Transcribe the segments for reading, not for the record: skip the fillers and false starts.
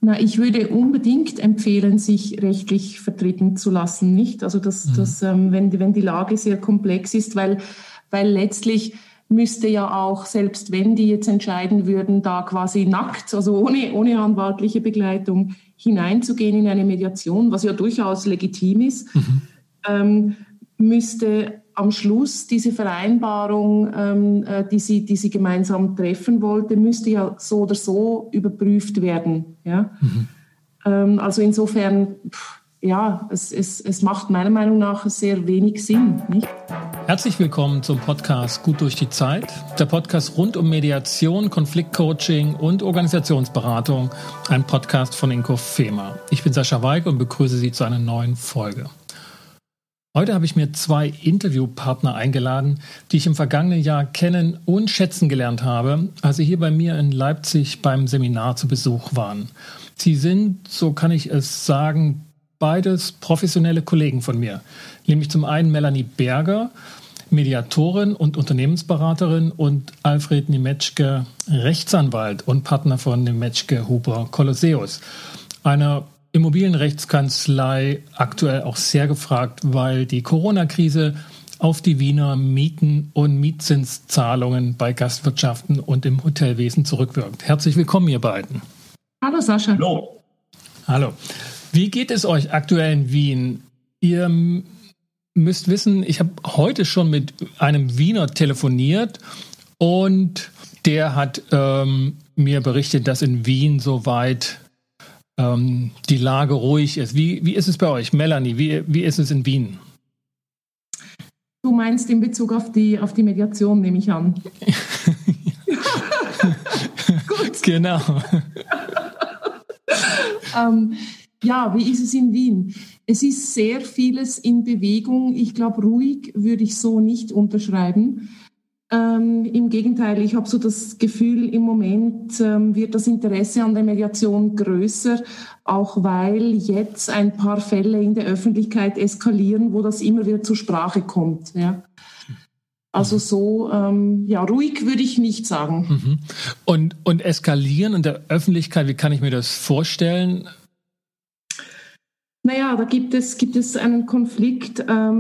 Na, ich würde unbedingt empfehlen, sich rechtlich vertreten zu lassen, nicht? Also wenn die Lage sehr komplex ist, weil letztlich müsste ja auch, selbst wenn die jetzt entscheiden würden, da quasi nackt, also ohne anwaltliche Begleitung hineinzugehen in eine Mediation, was ja durchaus legitim ist, müsste am Schluss diese Vereinbarung, die sie gemeinsam treffen wollte, müsste ja so oder so überprüft werden. Ja? Also insofern, es macht meiner Meinung nach sehr wenig Sinn. Nicht? Herzlich willkommen zum Podcast Gut durch die Zeit, der Podcast rund um Mediation, Konfliktcoaching und Organisationsberatung, ein Podcast von Inko Fehmer. Ich bin Sascha Weig und begrüße Sie zu einer neuen Folge. Heute habe ich mir 2 Interviewpartner eingeladen, die ich im vergangenen Jahr kennen und schätzen gelernt habe, als sie hier bei mir in Leipzig beim Seminar zu Besuch waren. Sie sind, so kann ich es sagen, beides professionelle Kollegen von mir. Nämlich zum einen Melanie Berger, Mediatorin und Unternehmensberaterin, und Alfred Niemetschke, Rechtsanwalt und Partner von Niemetschke Huber Kolosseus, einer Immobilienrechtskanzlei, aktuell auch sehr gefragt, weil die Corona-Krise auf die Wiener Mieten- und Mietzinszahlungen bei Gastwirtschaften und im Hotelwesen zurückwirkt. Herzlich willkommen, ihr beiden. Hallo Sascha. Hallo. Hallo. Wie geht es euch aktuell in Wien? Ihr müsst wissen, ich habe heute schon mit einem Wiener telefoniert und der hat mir berichtet, dass in Wien soweit die Lage ruhig ist. Wie ist es bei euch? Melanie, wie ist es in Wien? Du meinst in Bezug auf die Mediation, nehme ich an. Gut. Genau. Wie ist es in Wien? Es ist sehr vieles in Bewegung. Ich glaube, ruhig würde ich so nicht unterschreiben. Im Gegenteil, ich habe so das Gefühl, im Moment wird das Interesse an der Mediation größer, auch weil jetzt ein paar Fälle in der Öffentlichkeit eskalieren, wo das immer wieder zur Sprache kommt. Ja. Also so, ruhig würde ich nicht sagen. Und eskalieren in der Öffentlichkeit, wie kann ich mir das vorstellen? Naja, da gibt es einen Konflikt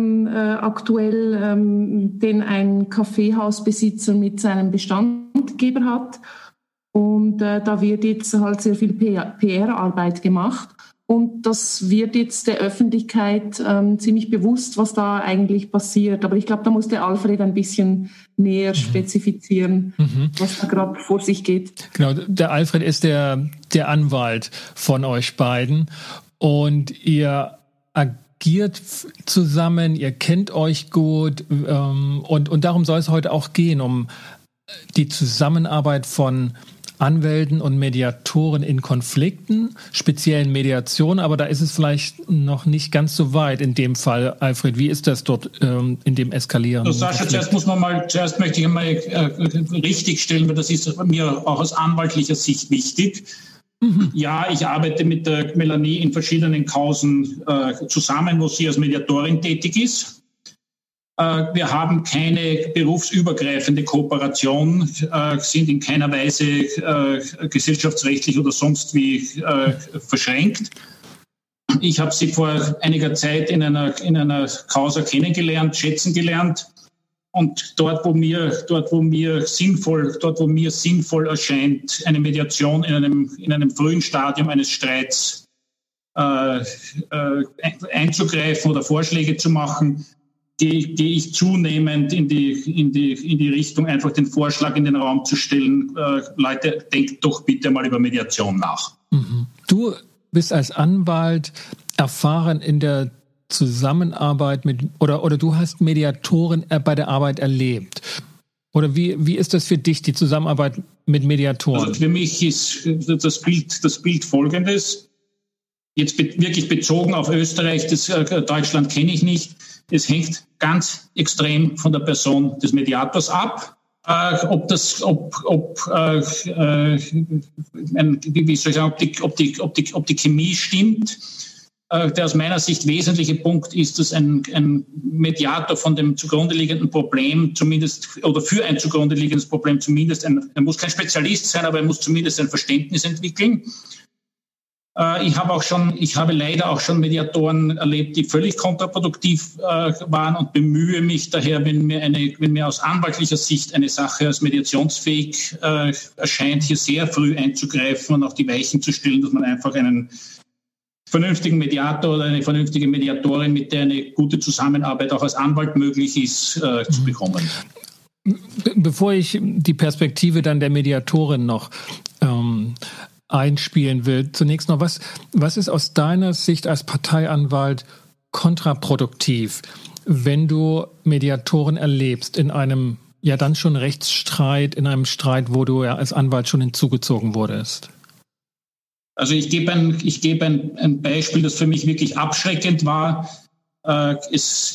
aktuell, den ein Kaffeehausbesitzer mit seinem Bestandgeber hat. Und da wird jetzt halt sehr viel PR-Arbeit gemacht. Und das wird jetzt der Öffentlichkeit ziemlich bewusst, was da eigentlich passiert. Aber ich glaube, da muss der Alfred ein bisschen näher spezifizieren, was da gerade vor sich geht. Genau, der Alfred ist der Anwalt von euch beiden. Und ihr agiert zusammen, ihr kennt euch gut, und darum soll es heute auch gehen, um die Zusammenarbeit von Anwälten und Mediatoren in Konflikten, speziellen Mediationen, aber da ist es vielleicht noch nicht ganz so weit in dem Fall. Alfred, wie ist das dort in dem Eskalieren? Also Sascha, zuerst möchte ich einmal richtigstellen, weil das ist mir auch aus anwaltlicher Sicht wichtig. Ja, ich arbeite mit der Melanie in verschiedenen Kausen zusammen, wo sie als Mediatorin tätig ist. Wir haben keine berufsübergreifende Kooperation, sind in keiner Weise gesellschaftsrechtlich oder sonst wie verschränkt. Ich habe sie vor einiger Zeit in einer Causa kennengelernt, schätzen gelernt. Und dort, wo mir sinnvoll erscheint, eine Mediation in einem frühen Stadium eines Streits einzugreifen oder Vorschläge zu machen, gehe ich zunehmend in die Richtung, einfach den Vorschlag in den Raum zu stellen, Leute, denkt doch bitte mal über Mediation nach. Du bist als Anwalt erfahren in der Zusammenarbeit oder du hast Mediatoren bei der Arbeit erlebt. Oder wie ist das für dich, die Zusammenarbeit mit Mediatoren? Also für mich ist das Bild folgendes. Jetzt wirklich bezogen auf Österreich, Deutschland kenne ich nicht. Es hängt ganz extrem von der Person des Mediators ab. Ob die Chemie stimmt. Der aus meiner Sicht wesentliche Punkt ist, dass ein Mediator von dem zugrunde liegenden Problem zumindest, oder für ein zugrunde liegendes Problem zumindest, er muss kein Spezialist sein, aber er muss zumindest ein Verständnis entwickeln. Ich habe leider auch schon Mediatoren erlebt, die völlig kontraproduktiv waren und bemühe mich daher, wenn mir aus anwaltlicher Sicht eine Sache als mediationsfähig erscheint, hier sehr früh einzugreifen und auch die Weichen zu stellen, dass man einfach einen vernünftigen Mediator oder eine vernünftige Mediatorin, mit der eine gute Zusammenarbeit auch als Anwalt möglich ist, zu bekommen. Bevor ich die Perspektive dann der Mediatorin noch einspielen will, zunächst noch, was ist aus deiner Sicht als Parteianwalt kontraproduktiv, wenn du Mediatoren erlebst in einem ja dann schon Rechtsstreit, in einem Streit, wo du ja als Anwalt schon hinzugezogen wurdest? Also ich gebe ein Beispiel, das für mich wirklich abschreckend war. Es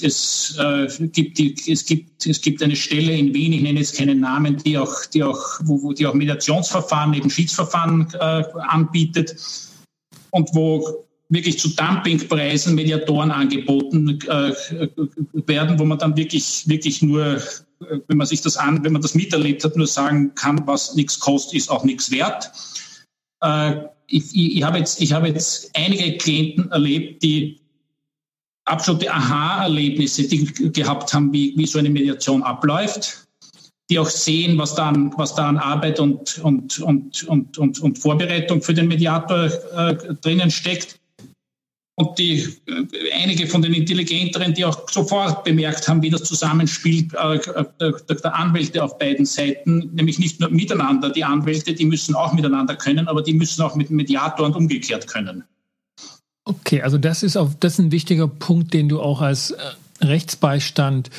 gibt eine Stelle in Wien, ich nenne jetzt keinen Namen, die auch Mediationsverfahren, eben Schiedsverfahren anbietet und wo wirklich zu Dumpingpreisen Mediatoren angeboten werden, wo man dann wirklich nur, wenn man das miterlebt hat, nur sagen kann, was nichts kostet, ist auch nichts wert. Ich habe jetzt einige Klienten erlebt, die absolute Aha-Erlebnisse, die gehabt haben, wie so eine Mediation abläuft, die auch sehen, was da an Arbeit und Vorbereitung für den Mediator drinnen steckt. Und einige von den Intelligenteren, die auch sofort bemerkt haben, wie das Zusammenspiel der Anwälte auf beiden Seiten, nämlich nicht nur miteinander, die Anwälte, die müssen auch miteinander können, aber die müssen auch mit dem Mediator und umgekehrt können. Okay, also das ist ein wichtiger Punkt, den du auch als Rechtsbeistand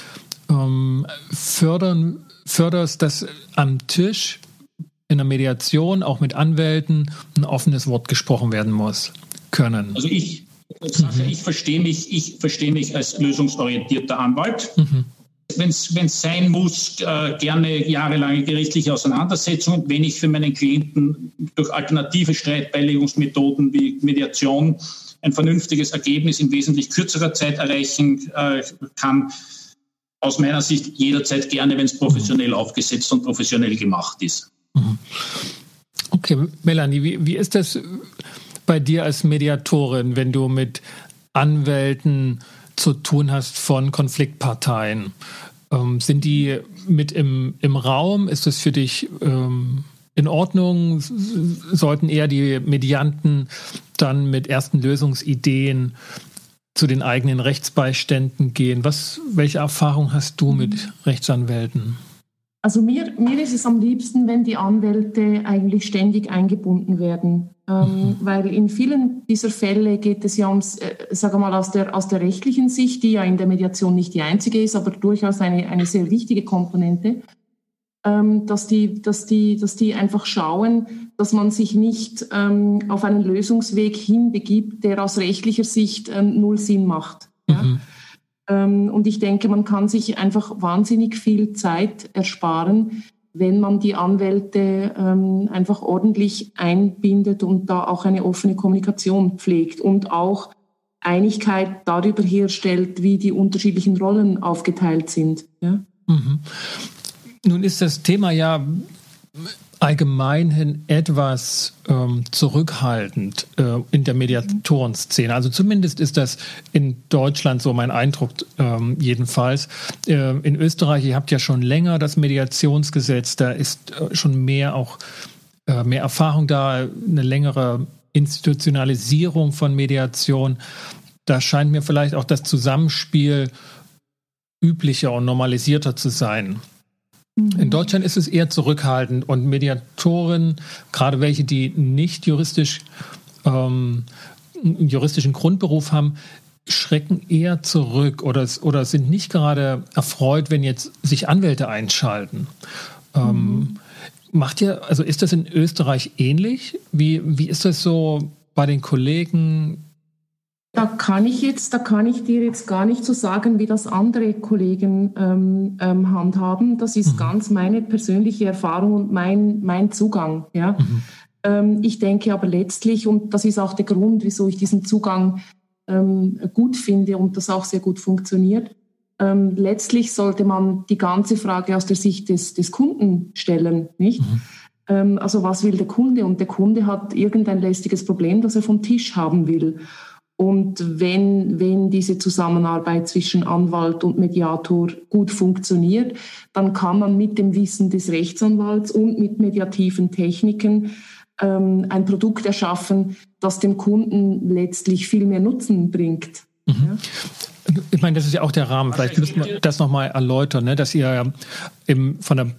förderst, dass am Tisch in der Mediation auch mit Anwälten ein offenes Wort gesprochen werden muss können. Also ich verstehe mich als lösungsorientierter Anwalt. Wenn es sein muss, gerne jahrelange gerichtliche Auseinandersetzungen, wenn ich für meinen Klienten durch alternative Streitbeilegungsmethoden wie Mediation ein vernünftiges Ergebnis in wesentlich kürzerer Zeit erreichen kann, aus meiner Sicht jederzeit gerne, wenn es professionell aufgesetzt und professionell gemacht ist. Okay, Melanie, wie ist das bei dir als Mediatorin, wenn du mit Anwälten zu tun hast von Konfliktparteien? Sind die mit im Raum? Ist das für dich in Ordnung? Sollten eher die Medianten dann mit ersten Lösungsideen zu den eigenen Rechtsbeiständen gehen? Welche Erfahrung hast du mit Rechtsanwälten? Also mir ist es am liebsten, wenn die Anwälte eigentlich ständig eingebunden werden. Weil in vielen dieser Fälle geht es ja aus der rechtlichen Sicht, die ja in der Mediation nicht die einzige ist, aber durchaus eine sehr wichtige Komponente, dass die einfach schauen, dass man sich nicht auf einen Lösungsweg hinbegibt, der aus rechtlicher Sicht null Sinn macht. Ja? Und ich denke, man kann sich einfach wahnsinnig viel Zeit ersparen, wenn man die Anwälte einfach ordentlich einbindet und da auch eine offene Kommunikation pflegt und auch Einigkeit darüber herstellt, wie die unterschiedlichen Rollen aufgeteilt sind. Ja? Nun ist das Thema ja allgemeinhin etwas zurückhaltend in der Mediatorenszene. Also zumindest ist das in Deutschland so mein Eindruck jedenfalls. In Österreich, ihr habt ja schon länger das Mediationsgesetz, da ist schon mehr Erfahrung da, eine längere Institutionalisierung von Mediation. Da scheint mir vielleicht auch das Zusammenspiel üblicher und normalisierter zu sein. In Deutschland ist es eher zurückhaltend und Mediatoren, gerade welche, die nicht einen juristischen Grundberuf haben, schrecken eher zurück oder sind nicht gerade erfreut, wenn jetzt sich Anwälte einschalten. Ist das in Österreich ähnlich? Wie ist das so bei den Kollegen? Da kann ich dir jetzt gar nicht so sagen, wie das andere Kollegen handhaben. Das ist ganz meine persönliche Erfahrung und mein Zugang. Ja? Ich denke aber letztlich, und das ist auch der Grund, wieso ich diesen Zugang gut finde und das auch sehr gut funktioniert, letztlich sollte man die ganze Frage aus der Sicht des Kunden stellen, nicht? Also was will der Kunde? Und der Kunde hat irgendein lästiges Problem, das er vom Tisch haben will. Und wenn diese Zusammenarbeit zwischen Anwalt und Mediator gut funktioniert, dann kann man mit dem Wissen des Rechtsanwalts und mit mediativen Techniken ein Produkt erschaffen, das dem Kunden letztlich viel mehr Nutzen bringt. Mhm. Ja? Ich meine, das ist ja auch der Rahmen. Vielleicht müssen wir das nochmal erläutern, ne? Dass ihr vom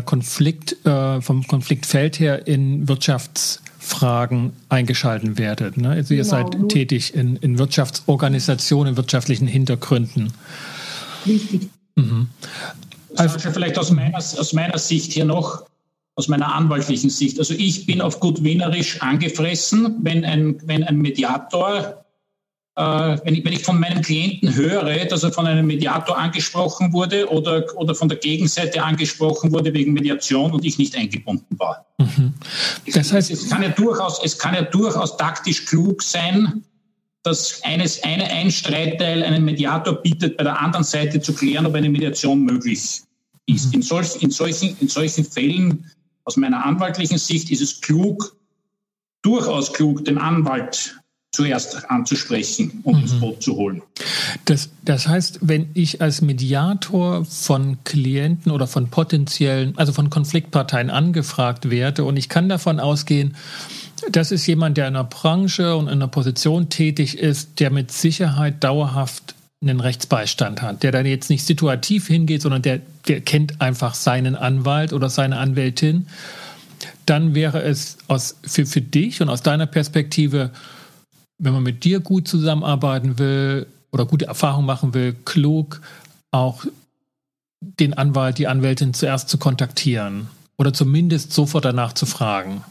Konfliktfeld her in Wirtschaftsfragen eingeschalten werdet. Ne? Also ihr seid tätig in Wirtschaftsorganisationen, in wirtschaftlichen Hintergründen. Richtig. Mhm. Also vielleicht aus meiner Sicht hier noch, aus meiner anwaltlichen Sicht. Also ich bin auf gut Wienerisch angefressen, wenn ein Mediator, wenn ich von meinem Klienten höre, dass er von einem Mediator angesprochen wurde oder von der Gegenseite angesprochen wurde wegen Mediation und ich nicht eingebunden war. Mhm. Das heißt, es kann ja durchaus taktisch klug sein, dass ein Streitteil einen Mediator bietet, bei der anderen Seite zu klären, ob eine Mediation möglich ist. In solchen Fällen, aus meiner anwaltlichen Sicht, ist es durchaus klug, den Anwalt zuerst anzusprechen und ins Boot zu holen. Das heißt, wenn ich als Mediator von Klienten oder von von Konfliktparteien angefragt werde und ich kann davon ausgehen, das ist jemand, der in einer Branche und in einer Position tätig ist, der mit Sicherheit dauerhaft einen Rechtsbeistand hat, der dann jetzt nicht situativ hingeht, sondern der kennt einfach seinen Anwalt oder seine Anwältin, dann wäre es für dich und aus deiner Perspektive, wenn man mit dir gut zusammenarbeiten will oder gute Erfahrungen machen will, klug, auch den Anwalt, die Anwältin zuerst zu kontaktieren oder zumindest sofort danach zu fragen.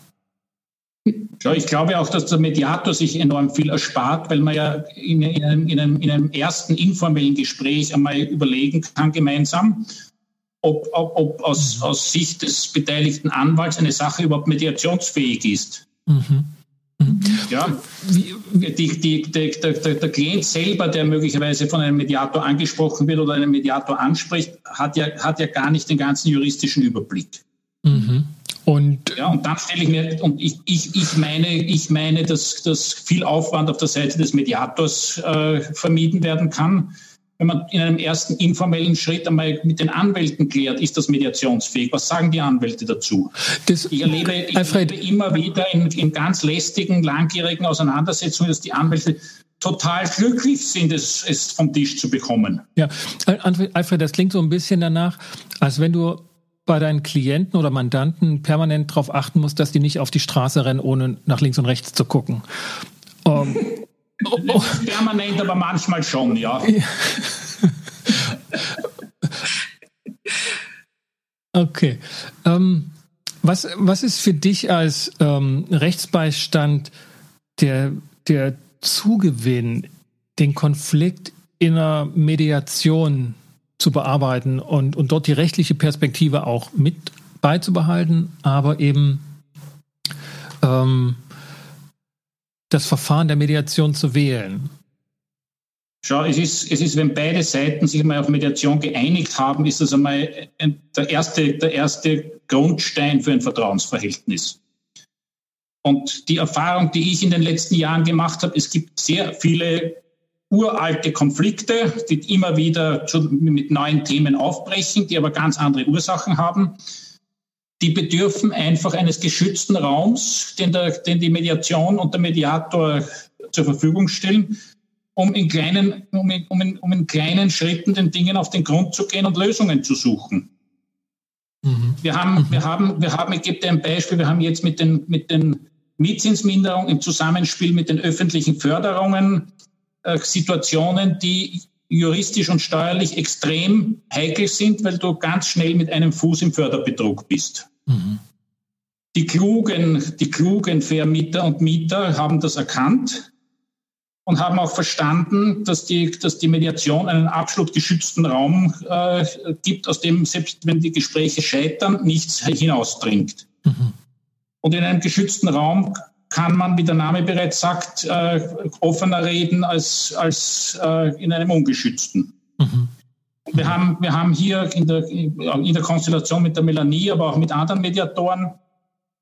Ja, ich glaube auch, dass der Mediator sich enorm viel erspart, weil man ja in einem ersten informellen Gespräch einmal überlegen kann gemeinsam, ob aus Sicht des beteiligten Anwalts eine Sache überhaupt mediationsfähig ist. Mhm. Ja, der Klient selber, der möglicherweise von einem Mediator angesprochen wird oder einen Mediator anspricht, hat ja gar nicht den ganzen juristischen Überblick. Mhm. Und dann stelle ich mir, und ich meine, dass viel Aufwand auf der Seite des Mediators vermieden werden kann, wenn man in einem ersten informellen Schritt einmal mit den Anwälten klärt, ist das mediationsfähig? Was sagen die Anwälte dazu? Ich erlebe immer wieder in ganz lästigen, langjährigen Auseinandersetzungen, dass die Anwälte total glücklich sind, es vom Tisch zu bekommen. Ja, Alfred, das klingt so ein bisschen danach, als wenn du bei deinen Klienten oder Mandanten permanent darauf achten musst, dass die nicht auf die Straße rennen, ohne nach links und rechts zu gucken. Nicht permanent, aber manchmal schon, ja. Okay. Was ist für dich als Rechtsbeistand der Zugewinn, den Konflikt in einer Mediation zu bearbeiten und dort die rechtliche Perspektive auch mit beizubehalten, aber eben das Verfahren der Mediation zu wählen? Schau, es ist, wenn beide Seiten sich einmal auf Mediation geeinigt haben, ist das einmal der erste Grundstein für ein Vertrauensverhältnis. Und die Erfahrung, die ich in den letzten Jahren gemacht habe, es gibt sehr viele uralte Konflikte, die immer wieder mit neuen Themen aufbrechen, die aber ganz andere Ursachen haben. Die bedürfen einfach eines geschützten Raums, den die Mediation und der Mediator zur Verfügung stellen, um in kleinen Schritten den Dingen auf den Grund zu gehen und Lösungen zu suchen. Mhm. Ich gebe dir ein Beispiel, wir haben jetzt mit den Mietzinsminderungen im Zusammenspiel mit den öffentlichen Förderungen Situationen, die juristisch und steuerlich extrem heikel sind, weil du ganz schnell mit einem Fuß im Förderbetrug bist. Mhm. Die klugen Vermieter und Mieter haben das erkannt und haben auch verstanden, dass die Mediation einen absolut geschützten Raum gibt, aus dem, selbst wenn die Gespräche scheitern, nichts hinausdringt. Mhm. Und in einem geschützten Raum kann man, wie der Name bereits sagt, offener reden als in einem ungeschützten. Mhm. Wir haben hier in der Konstellation mit der Melanie, aber auch mit anderen Mediatoren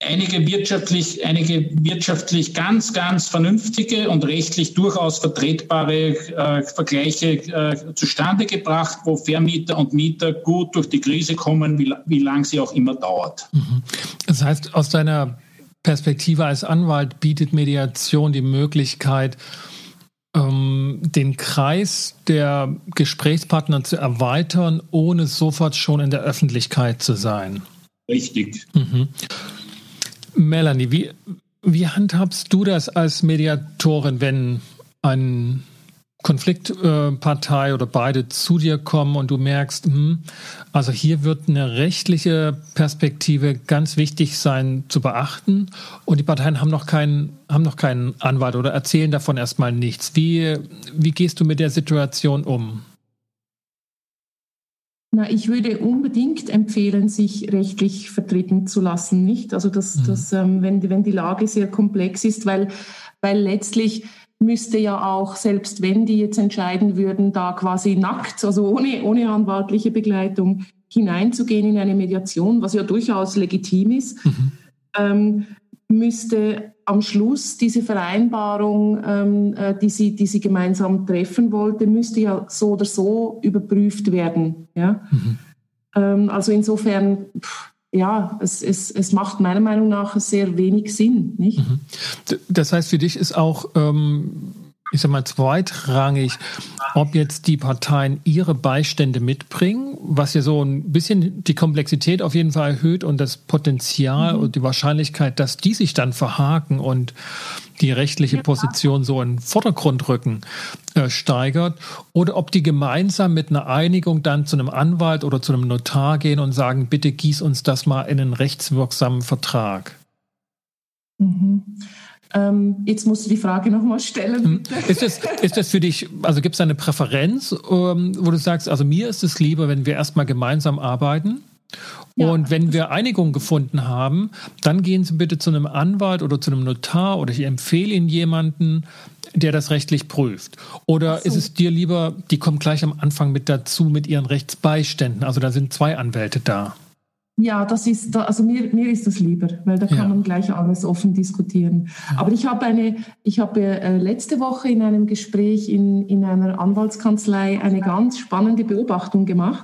einige wirtschaftlich ganz, ganz vernünftige und rechtlich durchaus vertretbare Vergleiche zustande gebracht, wo Vermieter und Mieter gut durch die Krise kommen, wie lang sie auch immer dauert. Das heißt, aus deiner Perspektive als Anwalt bietet Mediation die Möglichkeit, den Kreis der Gesprächspartner zu erweitern, ohne sofort schon in der Öffentlichkeit zu sein. Richtig. Melanie, wie handhabst du das als Mediatorin, wenn eine Konfliktpartei oder beide zu dir kommen und du merkst, also hier wird eine rechtliche Perspektive ganz wichtig sein zu beachten und die Parteien haben noch keinen Anwalt oder erzählen davon erstmal nichts. Wie gehst du mit der Situation um? Na, ich würde unbedingt empfehlen, sich rechtlich vertreten zu lassen, nicht? Also wenn die Lage sehr komplex ist, weil letztlich müsste ja auch, selbst wenn die jetzt entscheiden würden, da quasi nackt, also ohne anwaltliche Begleitung hineinzugehen in eine Mediation, was ja durchaus legitim ist, müsste am Schluss diese Vereinbarung, die sie gemeinsam treffen wollte, müsste ja so oder so überprüft werden. Ja? Also insofern, es macht meiner Meinung nach sehr wenig Sinn. Nicht? Das heißt, für dich ist auch, ich sag mal, zweitrangig, ob jetzt die Parteien ihre Beistände mitbringen, was ja so ein bisschen die Komplexität auf jeden Fall erhöht und das Potenzial und die Wahrscheinlichkeit, dass die sich dann verhaken und die rechtliche Position so in den Vordergrund rücken, steigert, oder ob die gemeinsam mit einer Einigung dann zu einem Anwalt oder zu einem Notar gehen und sagen, bitte gieß uns das mal in einen rechtswirksamen Vertrag. Jetzt musst du die Frage nochmal stellen, bitte. Ist das für dich, also gibt es eine Präferenz, wo du sagst, also mir ist es lieber, wenn wir erstmal gemeinsam arbeiten? Und wenn wir Einigung gefunden haben, dann gehen Sie bitte zu einem Anwalt oder zu einem Notar oder ich empfehle Ihnen jemanden, der das rechtlich prüft. Oder ist es dir lieber, die kommen gleich am Anfang mit dazu mit ihren Rechtsbeiständen, also da sind 2 Anwälte da. Ja, also mir ist das lieber, weil da kann man gleich alles offen diskutieren. Ja. Aber ich habe letzte Woche in einem Gespräch in einer Anwaltskanzlei eine ganz spannende Beobachtung gemacht.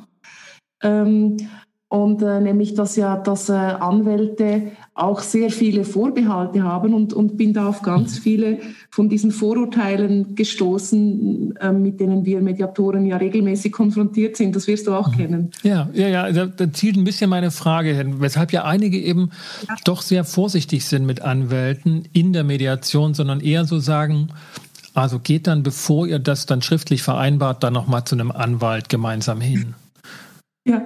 Nämlich, dass Anwälte auch sehr viele Vorbehalte haben und bin da auf ganz viele von diesen Vorurteilen gestoßen, mit denen wir Mediatoren ja regelmäßig konfrontiert sind. Das wirst du auch kennen. Ja, da zielt ein bisschen meine Frage hin, weshalb ja einige eben doch sehr vorsichtig sind mit Anwälten in der Mediation, sondern eher so sagen, also geht dann, bevor ihr das dann schriftlich vereinbart, dann nochmal zu einem Anwalt gemeinsam hin. Ja.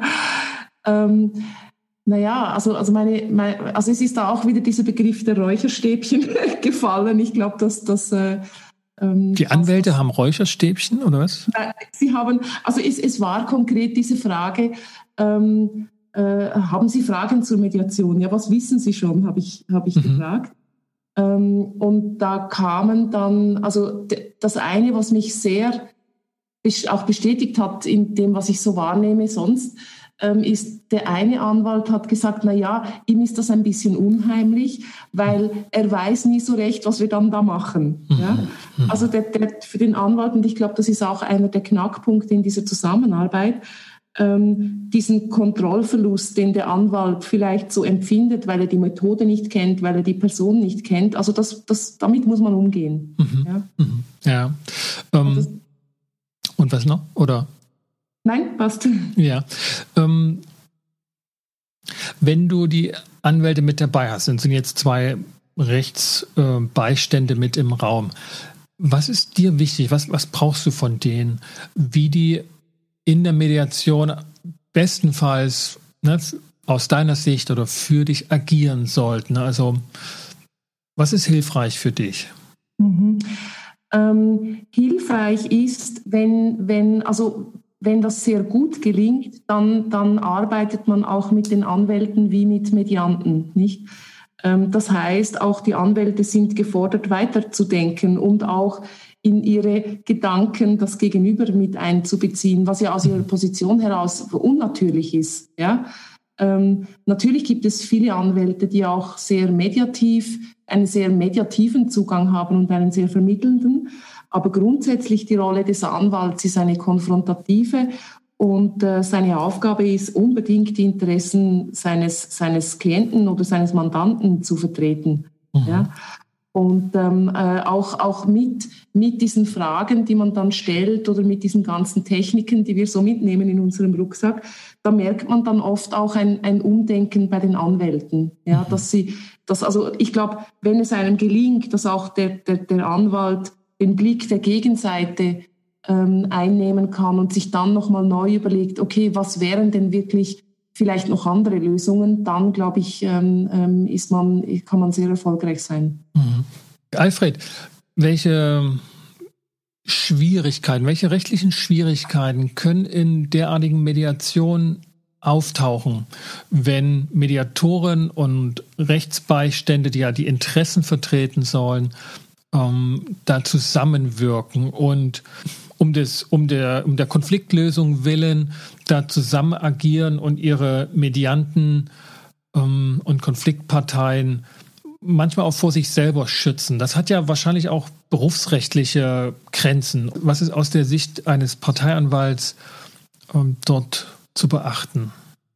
Also es ist da auch wieder dieser Begriff der Räucherstäbchen gefallen. Ich glaube, dass die Anwälte haben Räucherstäbchen oder was? Sie haben, also es war konkret diese Frage, haben Sie Fragen zur Mediation? Ja, was wissen Sie schon, habe ich gefragt. Und da kamen dann, also das eine, was mich sehr auch bestätigt hat in dem, was ich so wahrnehme sonst, ist, der eine Anwalt hat gesagt, ihm ist das ein bisschen unheimlich, weil er weiß nie so recht, was wir dann da machen. Ja? Also für den Anwalt, und ich glaube, das ist auch einer der Knackpunkte in dieser Zusammenarbeit, diesen Kontrollverlust, den der Anwalt vielleicht so empfindet, weil er die Methode nicht kennt, weil er die Person nicht kennt. Also damit muss man umgehen. Ja. Und was noch? Oder? Nein, passt. Ja. Wenn du die Anwälte mit dabei hast, sind jetzt 2 Rechtsbeistände mit im Raum. Was ist dir wichtig? Was brauchst du von denen? Wie die in der Mediation bestenfalls aus deiner Sicht oder für dich agieren sollten? Also, was ist hilfreich für dich? Hilfreich ist, wenn das sehr gut gelingt, dann arbeitet man auch mit den Anwälten wie mit Medianten, nicht? Das heißt, auch die Anwälte sind gefordert, weiterzudenken und auch in ihre Gedanken das Gegenüber mit einzubeziehen, was ja aus ihrer Position heraus unnatürlich ist. Ja? Natürlich gibt es viele Anwälte, die auch einen sehr mediativen Zugang haben und einen sehr vermittelnden. Aber grundsätzlich die Rolle des Anwalts ist eine konfrontative und seine Aufgabe ist unbedingt, die Interessen seines Klienten oder seines Mandanten zu vertreten. Mhm. Ja? Und auch mit diesen Fragen, die man dann stellt oder mit diesen ganzen Techniken, die wir so mitnehmen in unserem Rucksack, da merkt man dann oft auch ein Umdenken bei den Anwälten. Ja, also ich glaube, wenn es einem gelingt, dass auch der Anwalt den Blick der Gegenseite einnehmen kann und sich dann nochmal neu überlegt, okay, was wären denn wirklich vielleicht noch andere Lösungen, dann, glaube ich, kann man sehr erfolgreich sein. Mhm. Alfred, welche rechtlichen Schwierigkeiten können in derartigen Mediationen auftauchen, wenn Mediatoren und Rechtsbeistände, die ja die Interessen vertreten sollen, da zusammenwirken und um der Konfliktlösung willen da zusammen agieren und ihre Medianten und Konfliktparteien manchmal auch vor sich selber schützen. Das hat ja wahrscheinlich auch berufsrechtliche Grenzen. Was ist aus der Sicht eines Parteianwalts dort zu beachten?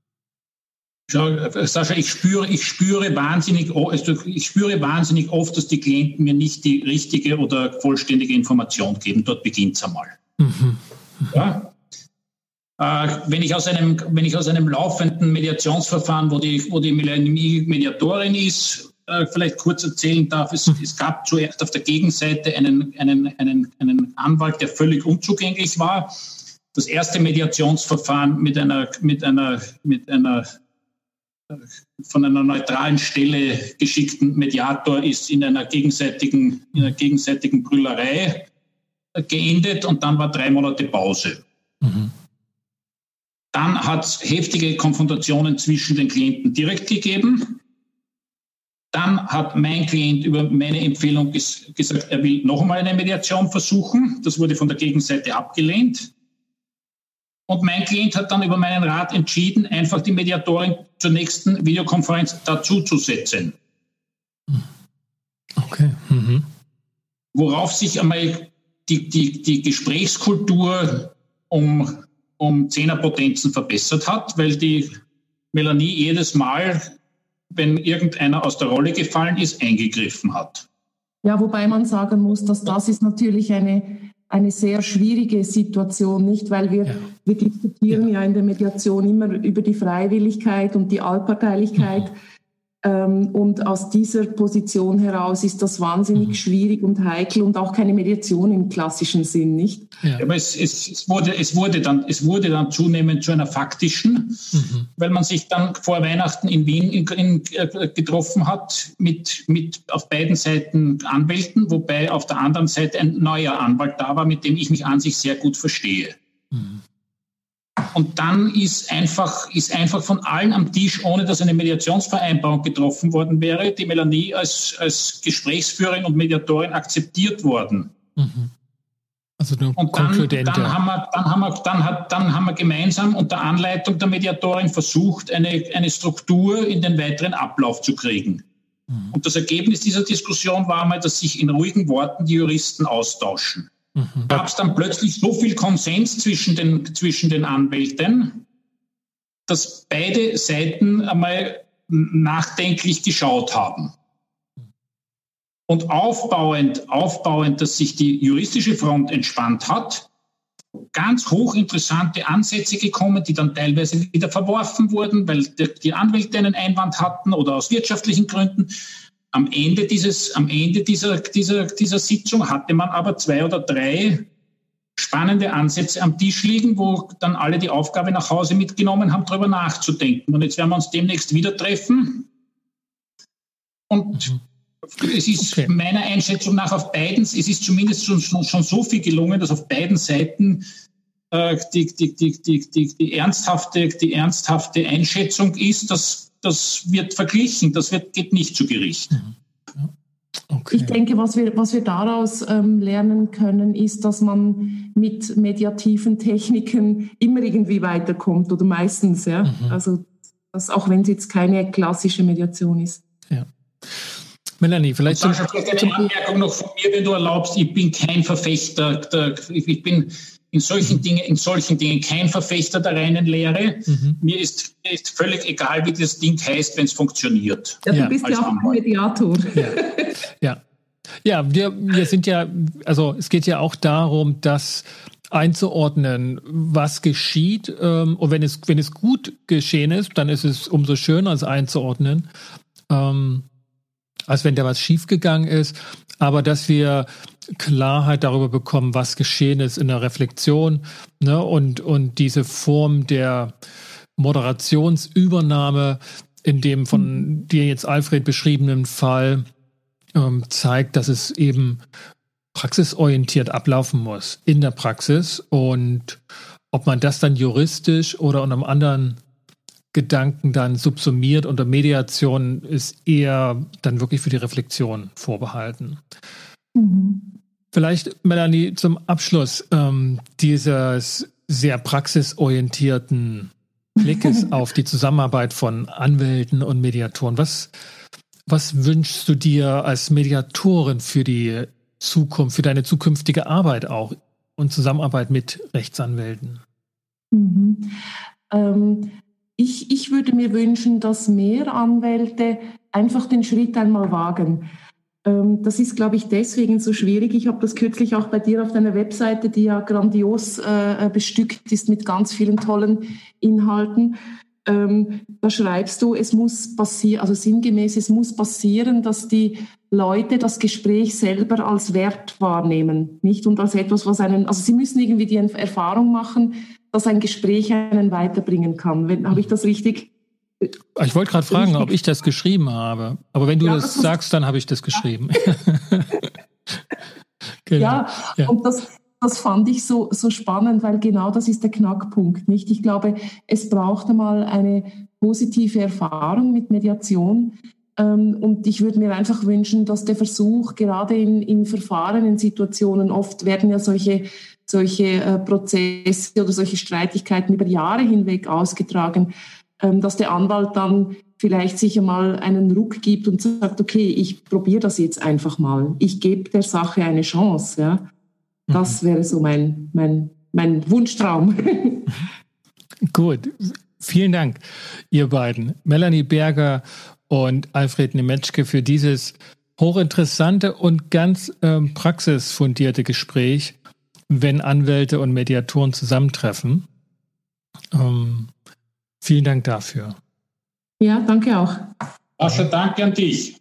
Sascha, ich spüre wahnsinnig oft, dass die Klienten mir nicht die richtige oder vollständige Information geben. Dort beginnt es einmal. Mhm. Ja? Wenn ich aus einem laufenden Mediationsverfahren, wo die Melanie Mediatorin ist, vielleicht kurz erzählen darf, es gab zuerst auf der Gegenseite einen Anwalt, der völlig unzugänglich war. Das erste Mediationsverfahren mit einer von einer neutralen Stelle geschickten Mediator ist in einer gegenseitigen Brüllerei geendet und dann war 3 Monate Pause. Mhm. Dann hat es heftige Konfrontationen zwischen den Klienten direkt gegeben. Dann hat mein Klient über meine Empfehlung gesagt, er will noch einmal eine Mediation versuchen. Das wurde von der Gegenseite abgelehnt. Und mein Klient hat dann über meinen Rat entschieden, einfach die Mediatorin zur nächsten Videokonferenz dazuzusetzen. Okay. Mhm. Worauf sich einmal die Gesprächskultur um 10er Potenzen verbessert hat, weil die Melanie jedes Mal, wenn irgendeiner aus der Rolle gefallen ist, eingegriffen hat. Ja, wobei man sagen muss, dass das ist natürlich eine sehr schwierige Situation, nicht? Weil wir diskutieren ja in der Mediation immer über die Freiwilligkeit und die Allparteilichkeit. Und aus dieser Position heraus ist das wahnsinnig schwierig und heikel und auch keine Mediation im klassischen Sinn, nicht? Ja. Aber es wurde dann zunehmend zu einer faktischen, weil man sich dann vor Weihnachten in Wien getroffen hat mit auf beiden Seiten Anwälten, wobei auf der anderen Seite ein neuer Anwalt da war, mit dem ich mich an sich sehr gut verstehe. Mhm. Und dann ist einfach von allen am Tisch, ohne dass eine Mediationsvereinbarung getroffen worden wäre, die Melanie als Gesprächsführerin und Mediatorin akzeptiert worden. Mhm. Also nur konkludente. Dann haben wir gemeinsam unter Anleitung der Mediatorin versucht, eine Struktur in den weiteren Ablauf zu kriegen. Mhm. Und das Ergebnis dieser Diskussion war mal, dass sich in ruhigen Worten die Juristen austauschen. Gab es dann plötzlich so viel Konsens zwischen den Anwälten, dass beide Seiten einmal nachdenklich geschaut haben. Und aufbauend, dass sich die juristische Front entspannt hat, ganz hochinteressante Ansätze gekommen, die dann teilweise wieder verworfen wurden, weil die Anwälte einen Einwand hatten oder aus wirtschaftlichen Gründen. Am Ende dieser Sitzung hatte man aber 2 oder 3 spannende Ansätze am Tisch liegen, wo dann alle die Aufgabe nach Hause mitgenommen haben, darüber nachzudenken. Und jetzt werden wir uns demnächst wieder treffen. Und es ist meiner Einschätzung nach auf beiden, es ist zumindest schon so viel gelungen, dass auf beiden Seiten die ernsthafte Einschätzung ist, dass das wird verglichen, geht nicht zu Gericht. Okay. Ich denke, was wir daraus lernen können, ist, dass man mit mediativen Techniken immer irgendwie weiterkommt oder meistens. Ja? Also Das, auch wenn es jetzt keine klassische Mediation ist. Ja. Melanie, vielleicht Sascha, vielleicht eine Anmerkung noch von mir, wenn du erlaubst. Ich bin kein Verfechter, ich bin in solchen Dingen kein Verfechter der reinen Lehre. Mir ist völlig egal, wie das Ding heißt, wenn es funktioniert. Ja, du bist ja auch ein Mediator. Ja, wir sind ja, also es geht ja auch darum, das einzuordnen, was geschieht. Und wenn es gut geschehen ist, dann ist es umso schöner, es einzuordnen, als wenn da was schiefgegangen ist. Aber dass wir Klarheit darüber bekommen, was geschehen ist in der Reflexion, ne, und diese Form der Moderationsübernahme in dem von dir jetzt Alfred beschriebenen Fall zeigt, dass es eben praxisorientiert ablaufen muss in der Praxis, und ob man das dann juristisch oder unter einem anderen Gedanken dann subsumiert unter Mediation, ist eher dann wirklich für die Reflexion vorbehalten. Vielleicht, Melanie, zum Abschluss dieses sehr praxisorientierten Blickes auf die Zusammenarbeit von Anwälten und Mediatoren. Was wünschst du dir als Mediatorin für die Zukunft, für deine zukünftige Arbeit auch und Zusammenarbeit mit Rechtsanwälten? Ich würde mir wünschen, dass mehr Anwälte einfach den Schritt einmal wagen. Das ist, glaube ich, deswegen so schwierig. Ich habe das kürzlich auch bei dir auf deiner Webseite, die ja grandios bestückt ist mit ganz vielen tollen Inhalten. Da schreibst du, es muss passieren, also sinngemäß, es muss passieren, dass die Leute das Gespräch selber als Wert wahrnehmen, nicht? Und als etwas, was also sie müssen irgendwie die Erfahrung machen, dass ein Gespräch einen weiterbringen kann. Habe ich das richtig? Ich wollte gerade fragen, ob ich das geschrieben habe. Aber wenn du das sagst, dann habe ich das geschrieben. Genau. Ja, und das fand ich so spannend, weil genau das ist der Knackpunkt, nicht? Ich glaube, es braucht einmal eine positive Erfahrung mit Mediation. Und ich würde mir einfach wünschen, dass der Versuch, gerade in Verfahren, in Situationen, oft werden ja solche Prozesse oder solche Streitigkeiten über Jahre hinweg ausgetragen, dass der Anwalt dann vielleicht sich einmal einen Ruck gibt und sagt, okay, ich probiere das jetzt einfach mal. Ich gebe der Sache eine Chance. Ja? Das wäre so mein Wunschtraum. Gut, vielen Dank, ihr beiden. Melanie Berger und Alfred Nemetschke für dieses hochinteressante und ganz praxisfundierte Gespräch, wenn Anwälte und Mediatoren zusammentreffen. Vielen Dank dafür. Ja, danke auch. Sascha, danke an dich.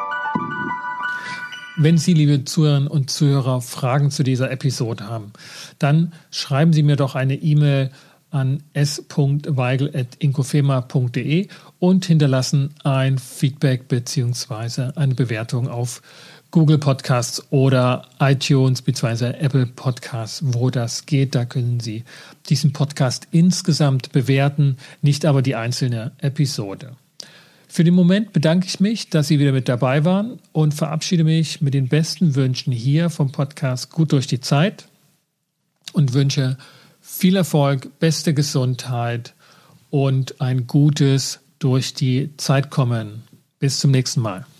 Wenn Sie, liebe Zuhörerinnen und Zuhörer, Fragen zu dieser Episode haben, dann schreiben Sie mir doch eine E-Mail an s.weigel@inkofema.de und hinterlassen ein Feedback bzw. eine Bewertung auf Google Podcasts oder iTunes bzw. Apple Podcasts, wo das geht. Da können Sie diesen Podcast insgesamt bewerten, nicht aber die einzelne Episode. Für den Moment bedanke ich mich, dass Sie wieder mit dabei waren, und verabschiede mich mit den besten Wünschen hier vom Podcast Gut durch die Zeit und wünsche viel Erfolg, beste Gesundheit und ein gutes durch die Zeit kommen. Bis zum nächsten Mal.